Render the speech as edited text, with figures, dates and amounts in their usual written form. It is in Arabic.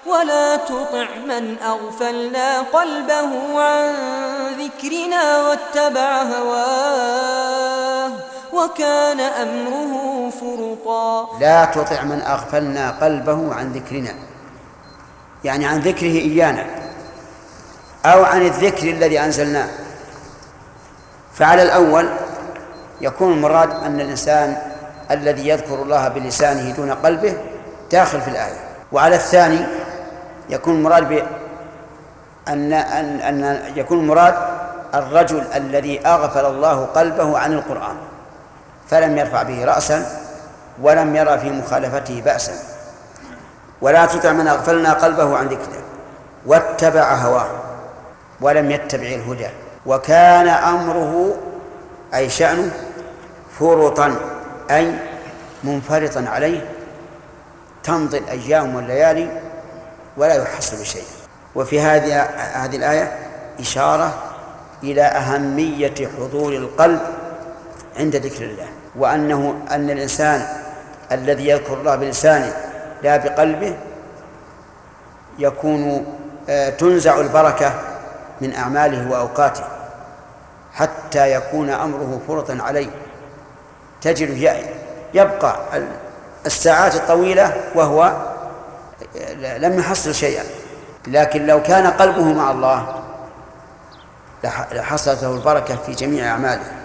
ولا تطع من أغفلنا قلبه عن ذكرنا واتبع هواه وكان أمره فرطا. لا تطع من أغفلنا قلبه عن ذكرنا، يعني عن ذكره إيانا أو عن الذكر الذي أنزلناه. فعلى الأول يكون المراد أن الإنسان الذي يذكر الله بلسانه دون قلبه داخل في الآية، وعلى الثاني يكون المراد أن يكون المراد الرجل الذي أغفل الله قلبه عن القرآن فلم يرفع به رأسا ولم يرى في مخالفته بأسا. ولا تطع من أغفلنا قلبه عن ذكره واتبع هواه ولم يتبع الهدى وكان أمره أي شأنه فرطا أي منفرطا عليه، تمضي الأيام والليالي ولا يحصل شيء. وفي هذه الآية إشارة إلى أهمية حضور القلب عند ذكر الله، أن الإنسان الذي يذكر الله بلسانه لا بقلبه يكون تنزع البركة من أعماله وأوقاته حتى يكون أمره فرطا عليه، تجد يبقى الساعات الطويلة وهو لم يحصل شيئا. لكن لو كان قلبه مع الله لحصلت له البركة في جميع أعماله.